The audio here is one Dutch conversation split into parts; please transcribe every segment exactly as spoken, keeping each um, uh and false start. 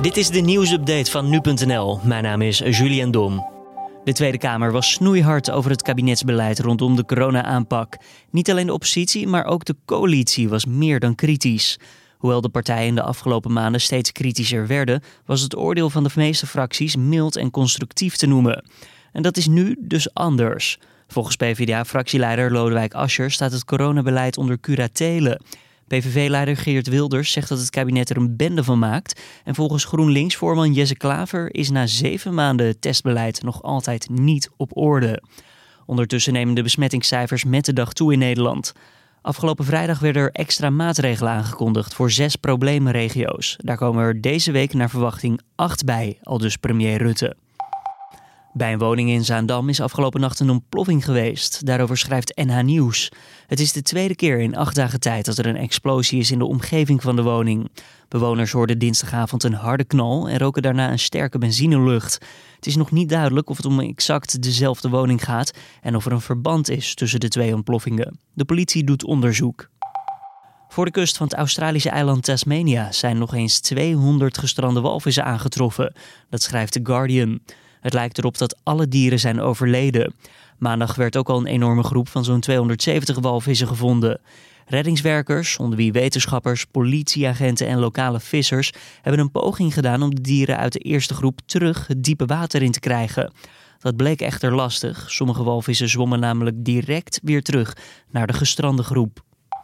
Dit is de nieuwsupdate van nu punt n l. Mijn naam is Julian Dom. De Tweede Kamer was snoeihard over het kabinetsbeleid rondom de corona-aanpak. Niet alleen de oppositie, maar ook de coalitie was meer dan kritisch. Hoewel de partijen de afgelopen maanden steeds kritischer werden, was het oordeel van de meeste fracties mild en constructief te noemen. En dat is nu dus anders. Volgens P v d A-fractieleider Lodewijk Asscher staat het coronabeleid onder curatele. P V V-leider Geert Wilders zegt dat het kabinet er een bende van maakt. En volgens GroenLinks-voorman Jesse Klaver is na zeven maanden het testbeleid nog altijd niet op orde. Ondertussen nemen de besmettingscijfers met de dag toe in Nederland. Afgelopen vrijdag werden er extra maatregelen aangekondigd voor zes probleemregio's. Daar komen er deze week naar verwachting acht bij, aldus premier Rutte. Bij een woning in Zaandam is afgelopen nacht een ontploffing geweest. Daarover schrijft N H Nieuws. Het is de tweede keer in acht dagen tijd dat er een explosie is in de omgeving van de woning. Bewoners hoorden dinsdagavond een harde knal en roken daarna een sterke benzinelucht. Het is nog niet duidelijk of het om exact dezelfde woning gaat en of er een verband is tussen de twee ontploffingen. De politie doet onderzoek. Voor de kust van het Australische eiland Tasmania zijn nog eens tweehonderd gestrande walvissen aangetroffen. Dat schrijft The Guardian. Het lijkt erop dat alle dieren zijn overleden. Maandag werd ook al een enorme groep van zo'n tweehonderdzeventig walvissen gevonden. Reddingswerkers, onder wie wetenschappers, politieagenten en lokale vissers, hebben een poging gedaan om de dieren uit de eerste groep terug het diepe water in te krijgen. Dat bleek echter lastig. Sommige walvissen zwommen namelijk direct weer terug naar de gestrande groep.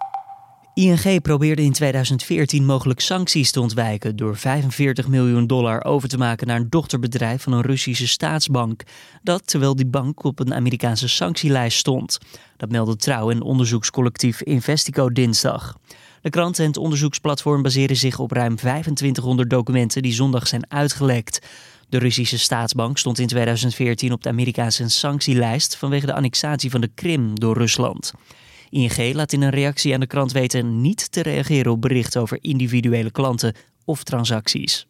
I N G probeerde in tweeduizend veertien mogelijk sancties te ontwijken door vijfenveertig miljoen dollar over te maken naar een dochterbedrijf van een Russische staatsbank. Dat terwijl die bank op een Amerikaanse sanctielijst stond. Dat meldde Trouw en onderzoekscollectief Investico dinsdag. De krant en het onderzoeksplatform baseren zich op ruim vijfentwintighonderd documenten die zondag zijn uitgelekt. De Russische staatsbank stond in tweeduizend veertien op de Amerikaanse sanctielijst vanwege de annexatie van de Krim door Rusland. I N G laat in een reactie aan de krant weten niet te reageren op berichten over individuele klanten of transacties.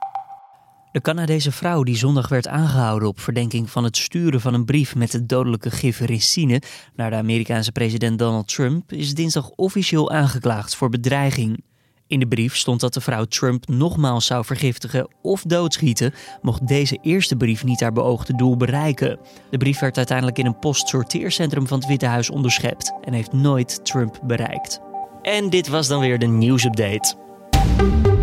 De Canadese vrouw die zondag werd aangehouden op verdenking van het sturen van een brief met het dodelijke gif ricine naar de Amerikaanse president Donald Trump is dinsdag officieel aangeklaagd voor bedreiging. In de brief stond dat de vrouw Trump nogmaals zou vergiftigen of doodschieten, mocht deze eerste brief niet haar beoogde doel bereiken. De brief werd uiteindelijk in een postsorteercentrum van het Witte Huis onderschept en heeft nooit Trump bereikt. En dit was dan weer de nieuwsupdate.